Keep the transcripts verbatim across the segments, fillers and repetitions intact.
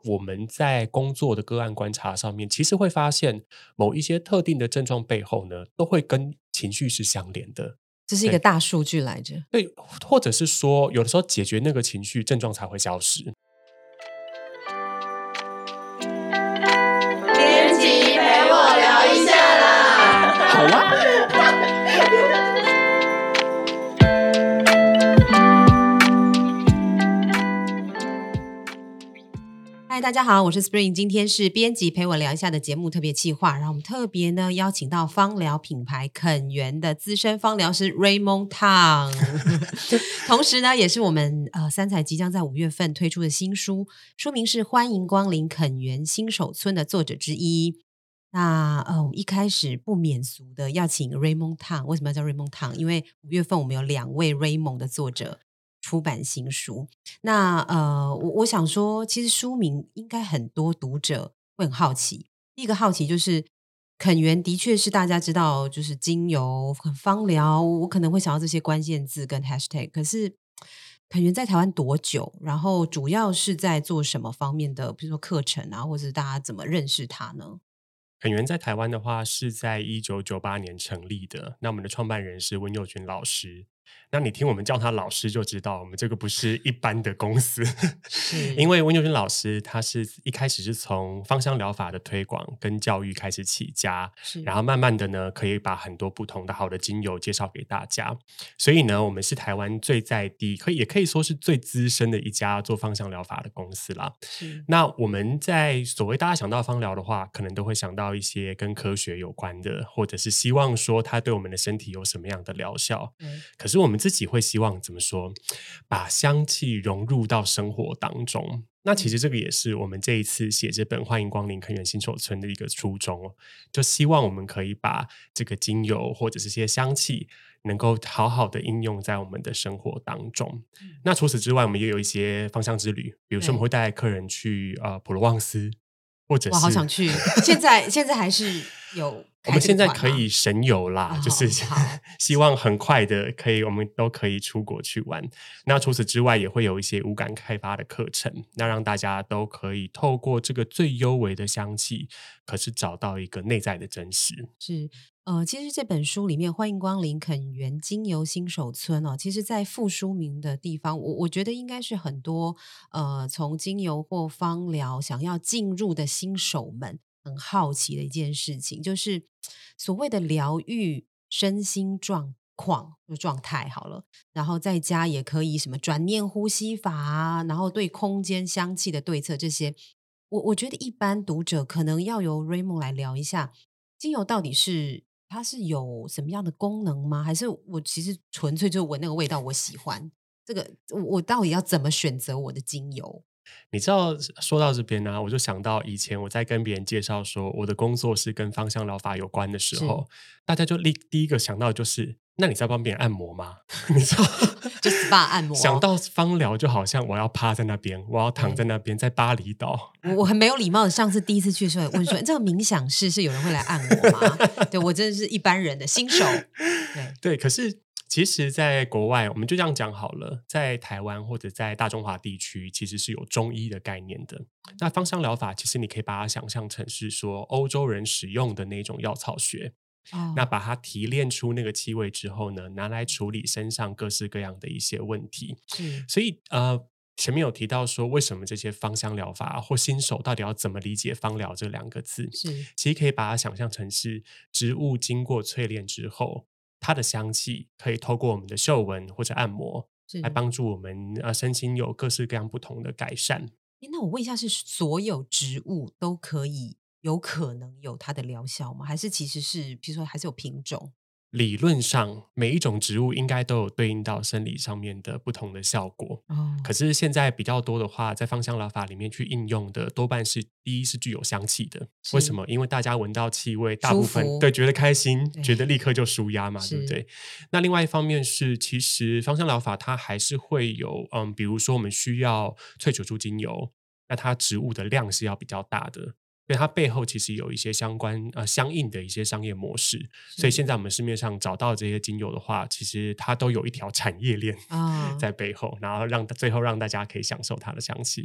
我们在工作的个案观察上面，其实会发现某一些特定的症状背后呢，都会跟情绪是相连的。 这是一个大数据来着。 对，或者是说有的时候解决那个情绪，症状才会消失。 编辑陪我聊一下啦。 好啊。 嗨，大家好，我是 Spring， 今天是编辑陪我聊一下的节目特别企划，然后我们特别呢邀请到芳疗品牌肯源的资深芳疗师 Raymond Tang 同时呢也是我们呃三彩即将在五月份推出的新书，书名是欢迎光临肯源新手村的作者之一。那呃，我们一开始不免俗的要请 Raymond Tang， 为什么要叫 Raymond Tang？ 因为五月份我们有两位 Raymond 的作者出版新书。那呃，我我想说，其实书名应该很多读者会很好奇。第一个好奇就是肯源的确是大家知道，就是精油、芳疗，我可能会想到这些关键字跟 hashtag。可是肯源在台湾多久？然后主要是在做什么方面的，比如说课程啊，或者是大家怎么认识它呢？ 肯源在台湾的话是在一九九八年成立的，那我们的创办人是温佑君老师。那你听我们叫他老师就知道我们这个不是一般的公司因为温佑君老师他是一开始是从芳香疗法的推广跟教育开始起家，然后慢慢的呢可以把很多不同的好的精油介绍给大家，所以呢我们是台湾最在地可以也可以说是最资深的一家做芳香疗法的公司啦。那我们在所谓大家想到芳疗的话，可能都会想到一些跟科学有关的，或者是希望说它对我们的身体有什么样的疗效。可是我们自己会希望怎么说，把香气融入到生活当中。那其实这个也是我们这一次写这本欢迎光临肯源新手村的一个初衷哦，就希望我们可以把这个精油或者是些香气能够好好的应用在我们的生活当中。嗯、那除此之外我们也有一些芳香之旅，比如说我们会带客人去呃普罗旺斯，或者是我好想去现在现在还是有我们现在可以神游啦、哦、就是希望很快的可以我们都可以出国去玩。那除此之外也会有一些五感开发的课程，那让大家都可以透过这个最幽微的香气，可是找到一个内在的真实。 是呃，其实这本书里面欢迎光临肯源精油新手村哦，其实在副书名的地方我我觉得应该是很多呃从精油或芳疗想要进入的新手们很好奇的一件事情，就是所谓的疗愈身心状况就状态好了，然后在家也可以什么转念呼吸法啊，然后对空间香气的对策这些，我我觉得一般读者可能要由 Raymond 来聊一下精油到底是它是有什么样的功能吗？还是我其实纯粹就闻那个味道我喜欢这个，我到底要怎么选择我的精油？ 你知道说到这边呢、啊，我就想到以前我在跟别人介绍说我的工作是跟芳香疗法有关的时候，大家就立第一个想到就是那你在帮别人按摩吗？你知道就 S P A 按摩， 想到芳疗就好像我要趴在那边，我要躺在那边，在巴厘岛。 我我很没有礼貌的，上次第一次去的时候问说这个冥想室是有人会来按摩吗？对，我真的是一般人的新手。 对对，可是其实在国外我们就这样讲好了，在台湾或者在大中华地区其实是有中医的概念的。那芳香疗法其实你可以把它想象成是说欧洲人使用的那种药草学、哦、那把它提炼出那个气味之后呢，拿来处理身上各式各样的一些问题。所以呃前面有提到说为什么这些芳香疗法或新手到底要怎么理解芳疗这两个字，是其实可以把它想象成是植物经过淬炼之后，它的香气可以透过我们的嗅闻或者按摩来帮助我们、呃、身心有各式各样不同的改善。 那我问一下，是所有植物都可以有可能有它的疗效吗？还是其实是比如说还是有品种？ 理论上每一种植物应该都有对应到生理上面的不同的效果、哦、可是现在比较多的话在芳香疗法里面去应用的多半是第一是具有香气的。为什么？因为大家闻到气味大部分对觉得开心，觉得立刻就舒压嘛，对不对？那另外一方面是其实芳香疗法它还是会有嗯，比如说我们需要萃取出精油，那它植物的量是要比较大的，因为它背后其实有一些相关呃相应的一些商业模式，所以现在我们市面上找到这些精油的话，其实它都有一条产业链、哦、在背后，然后让最后让大家可以享受它的香气。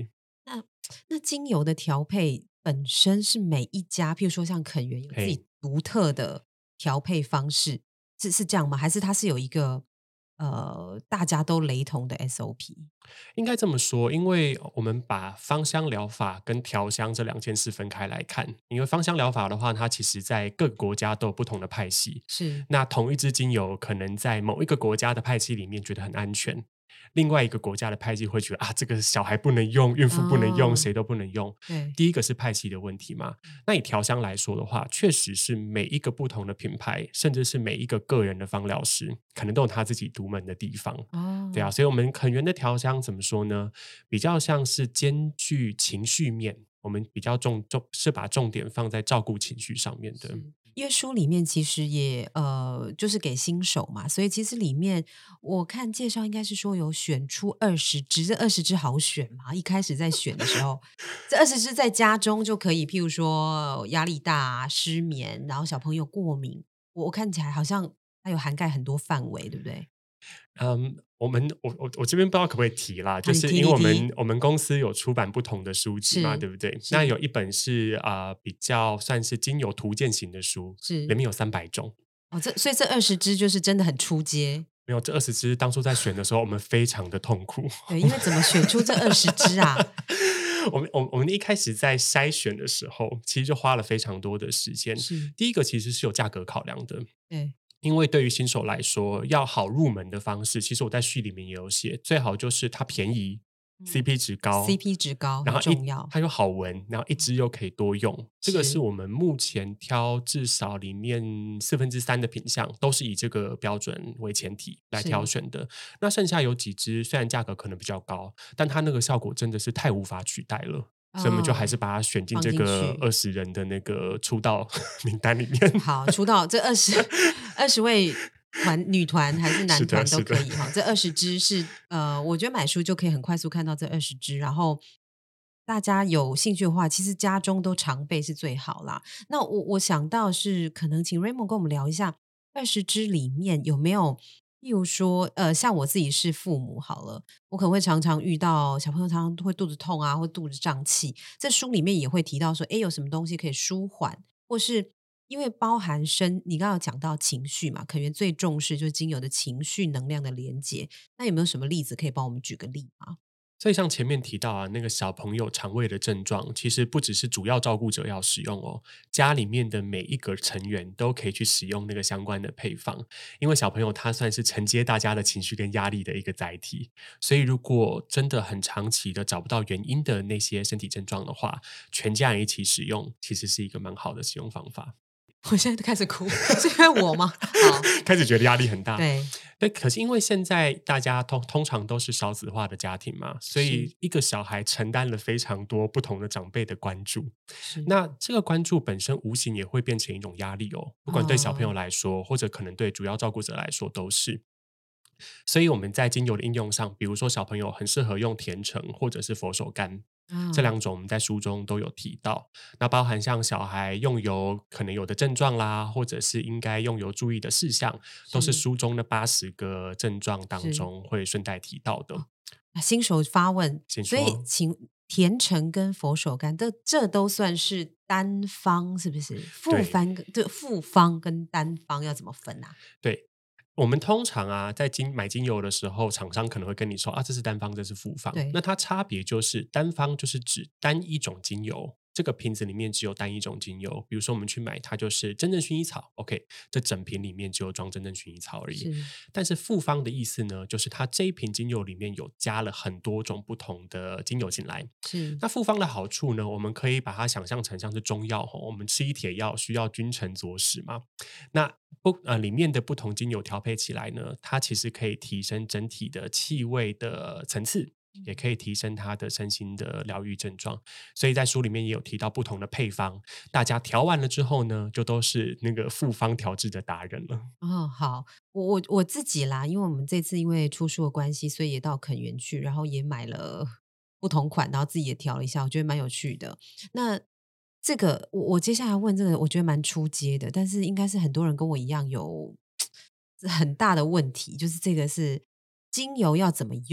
那那精油的调配本身是每一家，譬如说像肯园有自己独特的调配方式，是是这样吗？还是它是有一个呃大家都雷同的 S O P？ 应该这么说，因为我们把芳香疗法跟调香这两件事分开来看。因为芳香疗法的话，它其实在各个国家都有不同的派系， 是那同一支精油可能在某一个国家的派系里面觉得很安全，另外一个国家的派系会觉得啊，这个小孩不能用，孕妇不能用， 哦谁都不能用。 对， 第一个是派系的问题嘛。那以调香来说的话，确实是每一个不同的品牌，甚至是每一个个人的芳疗师，可能都有他自己独门的地方。 哦， 对啊，所以我们肯园的调香怎么说呢？比较像是兼具情绪面，我们比较重重是把重点放在照顾情绪上面的。 是因为书里面其实也呃，就是给新手嘛，所以其实里面我看介绍应该是说有选出二十支，这二十支好选嘛？一开始在选的时候，这二十支在家中就可以，譬如说压力大、失眠，然后小朋友过敏，我我看起来好像它有涵盖很多范围，对不对？ 嗯，我们我我我这边不知道可不可以提啦，就你提是因为我你提们我们公司有出版不同的书籍嘛， 是对不对？ 是那有一本是啊、呃比较算是精油图鉴型的书， 是里面有三百种。 哦，这所以这二十支就是真的很出街， 没有这二十支，当初在选的时候，我们非常的痛苦。 对，因为怎么选出这二十支啊？ 我们我我们一开始在筛选的时候，其实就花了非常多的时间。 是第一个其实是有价格考量的， 对， 因为对于新手来说，要好入门的方式，其实我在序里面也有写，最好就是它便宜、 嗯 C P 值高 ，C P 值高然后一很重要， 它又好闻，然后一支又可以多用。这个是是我们目前挑至少里面四分之三的品项都是以这个标准为前提来是挑选的。那剩下有几支虽然价格可能比较高，但它那个效果真的是太无法取代了。所以我们就还是哦把它选进放进这个去二十人的那个出道名单里面。 好，出道这二十二十位团女团还是男是的团都是的可以哈。这二十支是呃，我觉得买书就可以很快速看到这二十支，然后大家有兴趣的话，其实家中都常备是最好啦。那我我想到是可能请 Raymond 跟我们聊一下二十支里面有没有。例如说，呃，像我自己是父母好了，我可能会常常遇到小朋友常常都会肚子痛啊，或肚子胀气。这书里面也会提到说，诶，有什么东西可以舒缓，或是因为包含身，你刚刚有讲到情绪嘛，肯园最重视就是精油的情绪能量的连接。那有没有什么例子可以帮我们举个例吗？ 所以像前面提到啊，那个小朋友肠胃的症状，其实不只是主要照顾者要使用哦，家里面的每一个成员都可以去使用那个相关的配方，因为小朋友他算是承接大家的情绪跟压力的一个载体，所以如果真的很长期的找不到原因的那些身体症状的话，全家人一起使用，其实是一个蛮好的使用方法。 我现在都开始哭，是因为我吗？好， 开始觉得压力很大， 对， 对，可是因为现在大家通通常都是少子化的家庭嘛，所以是一个小孩承担了非常多不同的长辈的关注。 是那这个关注本身无形也会变成一种压力哦，不管对小朋友哦来说，或者可能对主要照顾者来说都是。所以我们在精油的应用上，比如说小朋友很适合用甜橙或者是佛手柑。这啊两种我们在书中都有提到，那包含像小孩用油可能有的症状啦，或者是应该用油注意的事项，都是是书中的八十个症状当是中会顺带提到的。 啊新手发问， 请所以说请甜橙跟佛手柑，这这都算是单方是不是？复对方跟对复方跟单方要怎么分啊？ 对，我们通常啊，在精买精油的时候，厂商可能会跟你说啊，这是单方，这是复方对。 那它差别就是单方就是指单一种精油，这个瓶子里面只有单一种精油。比如说我们去买，它就是真正薰衣草 ，OK，这整瓶里面只有装真正薰衣草而已。 是但是复方的意思呢，就是它这一瓶精油里面有加了很多种不同的精油进来。 是那复方的好处呢，我们可以把它想象成像是中药吼，我们吃一帖药需要君臣佐使嘛。那不呃里面的不同精油调配起来呢，它其实可以提升整体的气味的层次。也可以提升它的身心的疗愈症状，所以在书里面也有提到不同的配方，大家调完了之后呢，就都是那个复方调制的达人了。 哦，好，我我我自己啦，因为我们这次因为出书的关系，所以也到肯园去，然后也买了不同款，然后自己也调了一下，我觉得蛮有趣的。那这个我我接下来问这个，我觉得蛮出街的，但是应该是很多人跟我一样有很大的问题，就是这个是精油要怎么用？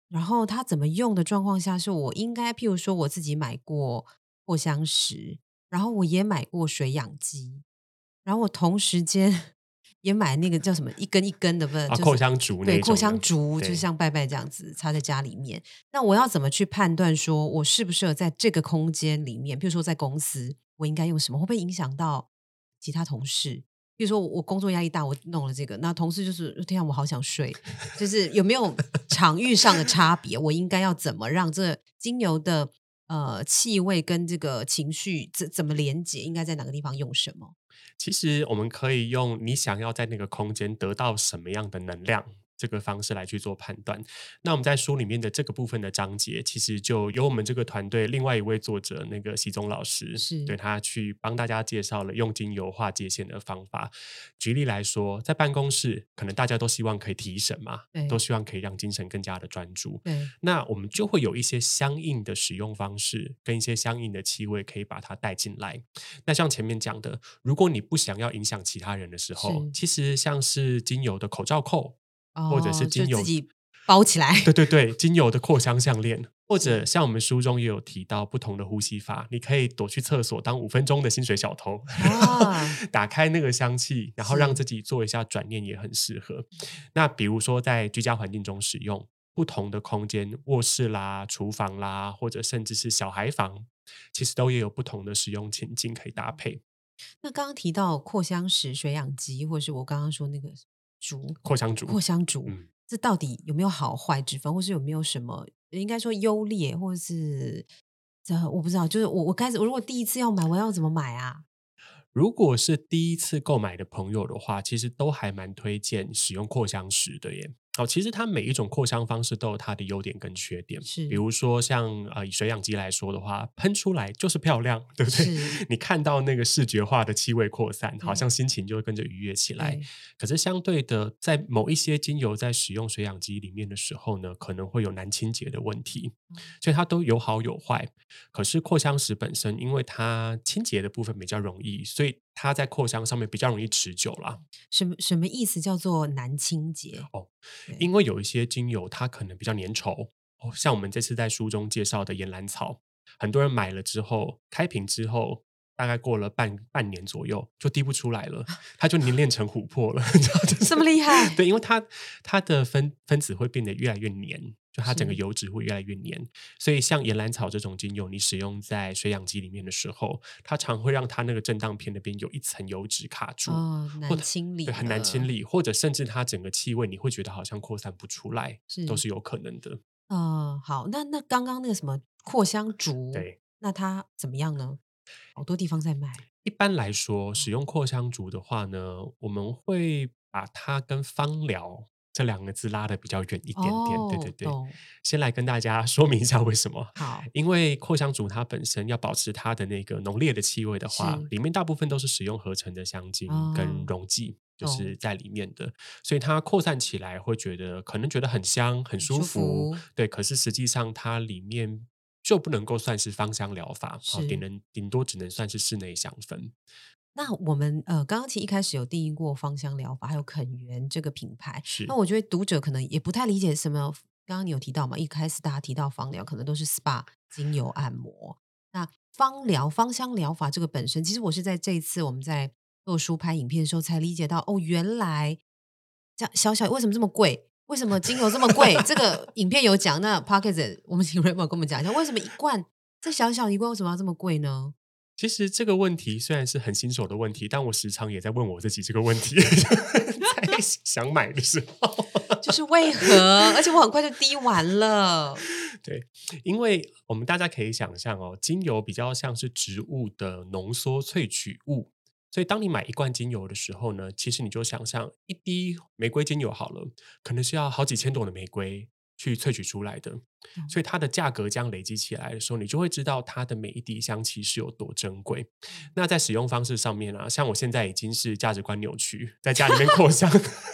然后它怎么用的状况下，是我应该譬如说我自己买过扩香石，然后我也买过水养机，然后我同时间也买那个叫什么一根一根的，不是、 啊， 就是扩香烛那种的， 对，扩香烛对就像拜拜这样子插在家里面。那我要怎么去判断说我适不适合在这个空间里面，譬如说在公司我应该用什么，会不会影响到其他同事？比如说我工作压力大，我弄了这个，那同事就是天啊，我好想睡，就是有没有场域上的差别？我应该要怎么让这精油的呃气味跟这个情绪怎怎么连接？应该在哪个地方用什么？ 其实我们可以用你想要在那个空间得到什么样的能量这个方式来去做判断。那我们在书里面的这个部分的章节，其实就由我们这个团队另外一位作者那个习宗老师， 是对他去帮大家介绍了用精油画界限的方法。举例来说，在办公室可能大家都希望可以提神嘛，都希望可以让精神更加的专注。 对， 那我们就会有一些相应的使用方式跟一些相应的气味可以把它带进来。那像前面讲的，如果你不想要影响其他人的时候，其实像是精油的口罩扣， 哦、 或者是精油自己包起来， 对对对，精油的扩香项链，或者像我们书中也有提到不同的呼吸法，你可以躲去厕所当五分钟的薪水小偷，啊、打开那个香气，然后让自己做一下转念也很适合。那比如说在居家环境中使用不同的空间，卧室啦、厨房啦，或者甚至是小孩房，其实都也有不同的使用情境可以搭配。 那刚刚提到扩香石、水养机，或是我刚刚说那个烛扩香烛， 扩香烛、 嗯， 这到底有没有好坏之分，或是有没有什么应该说优劣，或者是这我不知道。就是我我开始，如果第一次要买，我要怎么买啊？ 如果是第一次购买的朋友的话，其实都还蛮推荐使用扩香石的耶。好，其实它每一种扩香方式都有它的优点跟缺点。 是， 比如说像呃以水养机来说的话，喷出来就是漂亮，对不对？你看到那个视觉化的气味扩散，好像心情就会跟着愉悦起来。可是相对的，在某一些精油在使用水养机里面的时候呢，可能会有难清洁的问题，嗯、所以它都有好有坏。可是扩香石本身，因为它清洁的部分比较容易，所以它在扩香上面比较容易持久啦。 什么什么意思叫做难清洁？ 哦，因为有一些精油它可能比较粘稠，哦，像我们这次在书中介绍的岩兰草，很多人买了之后开瓶之后大概过了半半年左右就滴不出来了，它就凝练成琥珀了。 这么厉害？ 对，因为它它的分分子会变得越来越黏，就它整个油脂会越来越黏，所以像岩兰草这种精油，你使用在水养机里面的时候，它常会让它那个震荡片那边有一层油脂卡住， 哦，难清理， 对，很难清理，或者甚至它整个气味你会觉得好像扩散不出来，是都是有可能的。 呃，好，那那刚刚那个什么扩香烛， 对， 那它怎么样呢？好多地方在卖。 一般来说，使用扩香烛的话呢，我们会把它跟芳疗这两个字拉得比较远一点点。 哦、 对对对，先来跟大家说明一下为什么。 好， 因为扩香烛它本身要保持它的那个浓烈的气味的话，里面大部分都是使用合成的香精跟溶剂。哦，就是在里面的，所以它扩散起来会觉得可能觉得很香很舒服，舒服对，可是实际上它里面就不能够算是芳香疗法，哦，顶能顶多只能算是室内香氛。 那我们呃刚刚其实一开始有定义过芳香疗法还有肯源这个品牌， 是那我觉得读者可能也不太理解什么，刚刚你有提到嘛，一开始大家提到芳疗可能都是 S P A 精油按摩，那芳疗芳香疗法这个本身，其实我是在这一次我们在做书拍影片的时候才理解到，哦，原来这样小小为什么这么贵？为什么精油这么贵？这个影片有讲，那 Podcast 我们请 Raymond 跟我们讲一下，为什么一罐这小小一罐为什么要这么贵呢？ 其实这个问题虽然是很新手的问题，但我时常也在问我自己这个问题，在想买的时候， 就是为何？而且我很快就滴完了。 对，因为我们大家可以想象哦，精油比较像是植物的浓缩萃取物。所以当你买一罐精油的时候呢，其实你就想象一滴玫瑰精油好了，可能是要好几千朵的玫瑰去萃取出来的，嗯，所以它的价格这样累积起来的时候，你就会知道它的每一滴香气是有多珍贵。那在使用方式上面啊，像我现在已经是价值观扭曲，在家里面扩香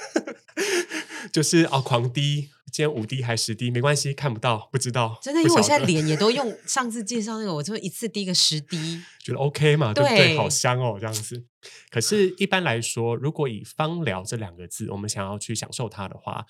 就是哦狂滴，今天五滴还十滴没关系，看不到不知道， 真的，因为我现在脸也都用上次介绍那个，我就一次滴个十滴， 觉得 OK 嘛，对不对？好香哦，这样子。可是一般来说，如果以芳疗这两个字，我们想要去享受它的话，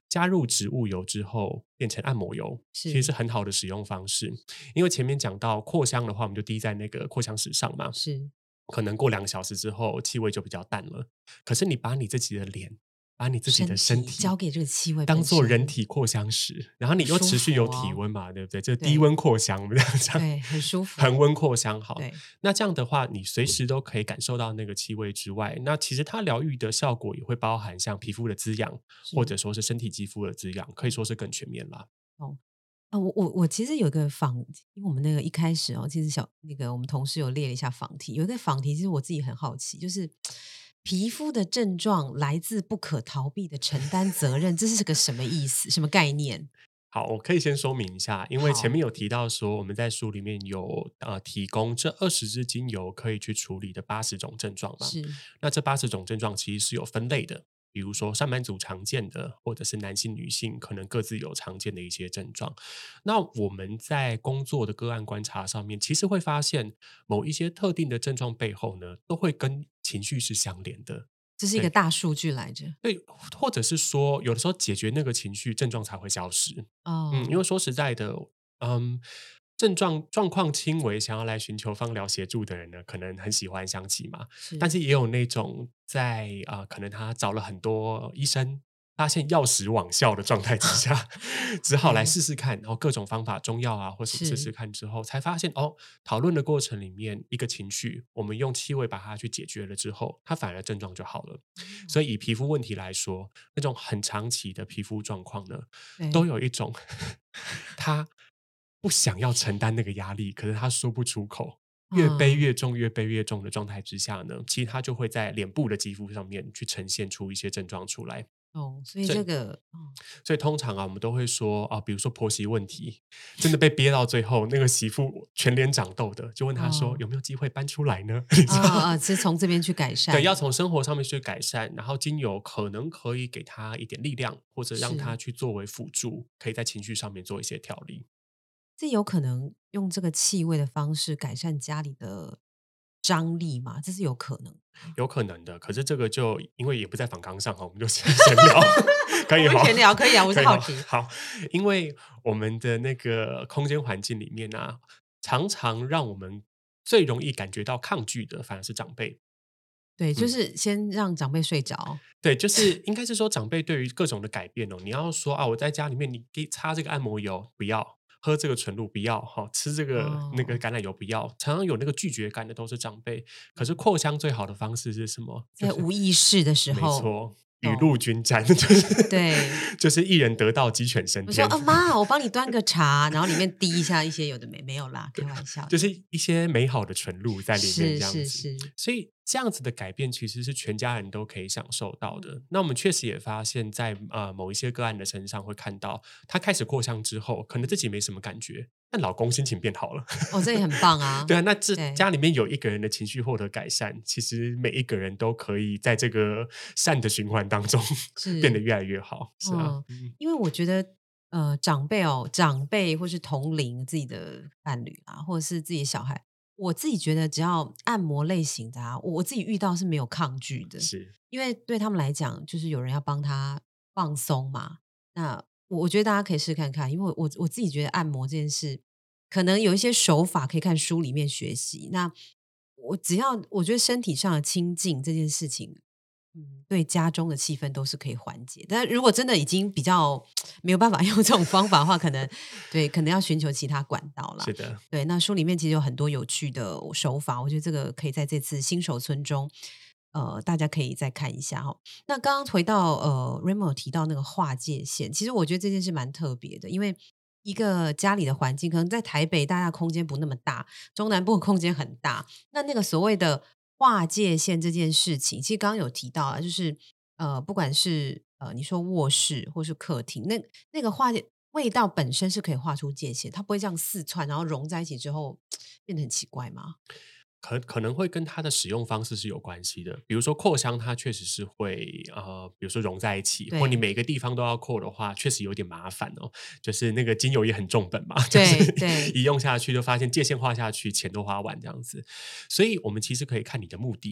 加入植物油之后变成按摩油，其实是很好的使用方式。因为前面讲到扩香的话，我们就滴在那个扩香石上嘛， 是可能过两个小时之后气味就比较淡了。可是你把你自己的脸，把你自己的身体交给这个气味， 当做人体扩香石，然后你又持续有体温嘛，对不对？这低温扩香，我们这样讲， 对，很舒服。 恒温扩香，好。 对， 那这样的话，你随时都可以感受到那个气味之外，那其实它疗愈的效果也会包含像皮肤的滋养，或者说是身体肌肤的滋养，可以说是更全面啦。 哦。啊，我我我其实有一个访，因为我们那个一开始哦，其实小那个我们同事有列了一下访题，有一个访题，其实我自己很好奇，就是皮肤的症状来自不可逃避的承担责任，这是个什么意思？什么概念？ 好，我可以先说明一下，因为前面有提到说，我们在书里面有呃提供这二十支精油可以去处理的八十种症状嘛。 是， 那这八十种症状其实是有分类的。比如说上班族常见的，或者是男性女性可能各自有常见的一些症状。那我们在工作的个案观察上面，其实会发现某一些特定的症状背后呢，都会跟情绪是相连的。 这是一个大数据来着。 对，或者是说有的时候解决那个情绪，症状才会消失。 哦， 嗯，因为说实在的，嗯。症状状况轻微，想要来寻求芳疗协助的人呢，可能很喜欢香气嘛。 是， 但是也有那种在啊、呃，可能他找了很多医生，发现药食罔效的状态之下，只好来试试看，然后各种方法，中药啊或什么试试看之后，才发现哦，讨论的过程里面，一个情绪，我们用气味把它去解决了之后，它反而症状就好了。嗯、所以以皮肤问题来说，那种很长期的皮肤状况呢，都有一种它。不想要承担那个压力，可是他说不出口，越背越重越背越重的状态之下呢，其实他就会在脸部的肌肤上面去呈现出一些症状出来。 哦，所以这个， 嗯、所以通常啊，我们都会说啊，比如说婆媳问题，真的被憋到最后，那个媳妇全脸长痘的，就问他说、哦、有没有机会搬出来呢？ 啊啊，是从这边去改善， 对，要从生活上面去改善，然后精油可能可以给他一点力量，或者让他去作为辅助，可以在情绪上面做一些调理。 这有可能用这个气味的方式改善家里的张力吗？这是有可能， 有可能的。可是这个就因为也不在访纲上，我们就闲聊，可以吗？ 闲聊可以啊，我是好奇。 好，因为我们的那个空间环境里面啊，常常让我们最容易感觉到抗拒的，反而是长辈。 对，就是先让长辈睡着、嗯。 对，就是应该是说长辈对于各种的改变哦，你要说啊，我在家里面你给擦这个按摩油，不要。喝这个纯露不要、哦、吃这个、哦、那个橄榄油不要，常常有那个拒绝感的都是长辈。可是扩香最好的方式是什么？ 在无意识的时候， 没错，雨露均沾，就是对， 就是一人得道鸡犬升天。 我说啊妈，我帮你端个茶，然后里面滴一下一些有的没没有啦，开玩笑， 就是一些美好的纯露在里面这样子。 是是是， 所以这样子的改变其实是全家人都可以享受到的。那我们确实也发现在，在呃某一些个案的身上会看到，他开始扩香之后，可能自己没什么感觉，但老公心情变好了。 哦，这也很棒啊！ 对啊，那这家里面有一个人的情绪获得改善，其实每一个人都可以在这个善的循环当中变得越来越好。是啊， 嗯、因为我觉得呃长辈哦，长辈或是同龄自己的伴侣啊，或者是自己的小孩。我自己觉得，只要按摩类型的啊，我自己遇到是没有抗拒的， 是因为对他们来讲，就是有人要帮他放松嘛。那我觉得大家可以试看看，因为我我自己觉得按摩这件事，可能有一些手法可以看书里面学习。那我只要我觉得身体上的亲近这件事情，嗯，对家中的气氛都是可以缓解。但如果真的已经比较没有办法用这种方法的话，可能对，可能要寻求其他管道啦。 是的， 对。那书里面其实有很多有趣的手法，我觉得这个可以在这次新手村中，呃，大家可以再看一下哈。那刚刚回到呃 Raymond 提到那个划界线，其实我觉得这件事蛮特别的，因为一个家里的环境，可能在台北大家空间不那么大，中南部的空间很大，那那个所谓的划界线这件事情，其实刚刚有提到啊，就是呃，不管是呃你说卧室或是客厅，那那个划界味道本身是可以画出界限，它不会这样四串然后融在一起之后变得很奇怪吗？ 可可能会跟它的使用方式是有关系的，比如说扩香，它确实是会呃，比如说融在一起，或你每个地方都要扩的话，确实有点麻烦哦。就是那个精油也很重本嘛， 对就是对， 一用下去就发现界限画下去，钱都花完这样子。所以我们其实可以看你的目的。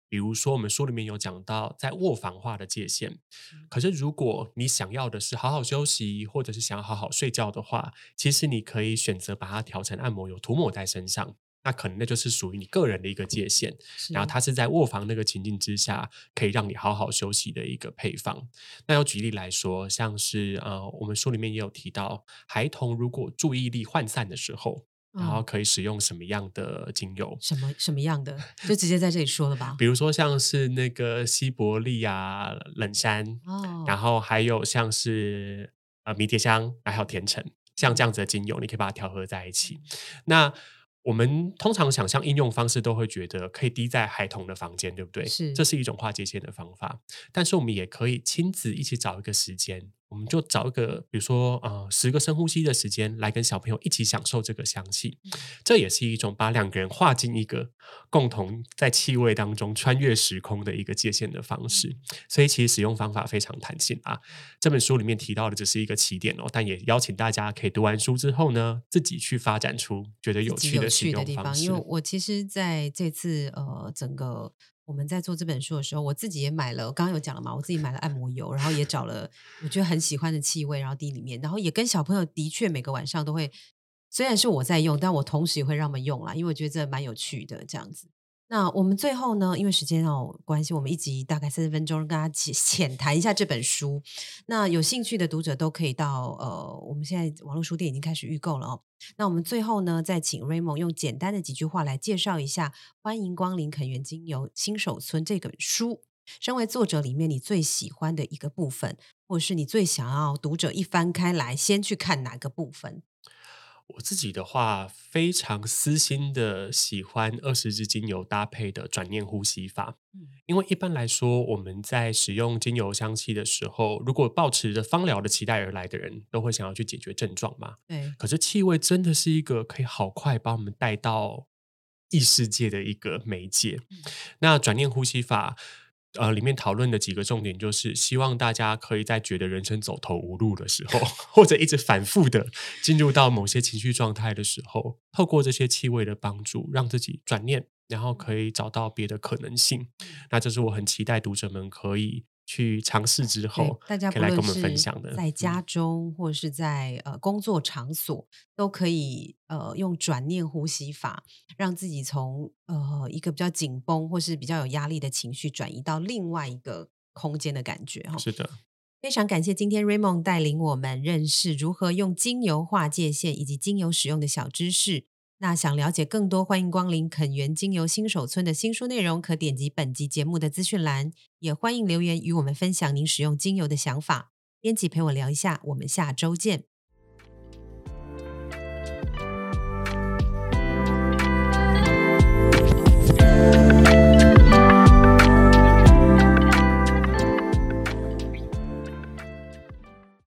比如说我们书里面有讲到在卧房化的界限，可是如果你想要的是好好休息，或者是想要好好睡觉的话，其实你可以选择把它调成按摩油涂抹在身上，那可能那就是属于你个人的一个界限，然后它是在卧房那个情境之下可以让你好好休息的一个配方。那有举例来说，像是呃，我们书里面也有提到，孩童如果注意力涣散的时候，然后可以使用什么样的精油？ 什么什么样的？就直接在这里说了吧。 比如说像是那个西伯利啊、冷杉， 哦， 然后还有像是呃迷迭香，还有甜橙，像这样子的精油，你可以把它调和在一起。那我们通常想象应用方式都会觉得可以滴在孩童的房间，对不对？ 是， 这是一种划界限的方法。但是我们也可以亲子一起找一个时间，我们就找一个比如说呃十个深呼吸的时间，来跟小朋友一起享受这个香气。嗯、这也是一种把两个人划进一个共同在气味当中穿越时空的一个界限的方式。所以其实使用方法非常弹性啊。这本书里面提到的只是一个起点哦，但也邀请大家可以读完书之后呢，自己去发展出觉得有趣的使用方式。 因为我其实在这次呃整个我们在做这本书的时候，我自己也买了，刚刚有讲了嘛，我自己买了按摩油，然后也找了我觉得很喜欢的气味，然后滴里面，然后也跟小朋友的确每个晚上都会，虽然是我在用，但我同时也会让他们用啦，因为我觉得这蛮有趣的这样子。那我们最后呢，因为时间哦关系，我们一集大概三十分钟，跟大家浅谈一下这本书。那有兴趣的读者都可以到呃，我们现在网络书店已经开始预购了哦。那我们最后呢，再请 Raymond 用简单的几句话来介绍一下《欢迎光临肯园精油新手村》这本书。身为作者里面你最喜欢的一个部分，或者是你最想要读者一翻开来先去看哪个部分？ 我自己的话，非常私心的喜欢二十支精油搭配的转念呼吸法。嗯、因为一般来说，我们在使用精油香气的时候，如果抱持着芳疗的期待而来的人，都会想要去解决症状嘛。 对。 可是气味真的是一个可以好快把我们带到异世界的一个媒介。嗯、那转念呼吸法。呃，里面讨论的几个重点就是希望大家可以在觉得人生走投无路的时候，或者一直反复的进入到某些情绪状态的时候，透过这些气味的帮助，让自己转念，然后可以找到别的可能性。那这是我很期待读者们可以去尝试之后， 大家可以来跟我们分享的。 在家中、嗯、或者是在呃工作场所，都可以呃用转念呼吸法，让自己从呃一个比较紧绷或是比较有压力的情绪，转移到另外一个空间的感觉。 是的。 非常感谢今天 Raymond 带领我们认识如何用精油划界限以及精油使用的小知识。那想了解更多，欢迎光临肯园精油新手村的新书内容，可点击本集节目的资讯栏，也欢迎留言与我们分享您使用精油的想法。编辑陪我聊一下，我们下周见。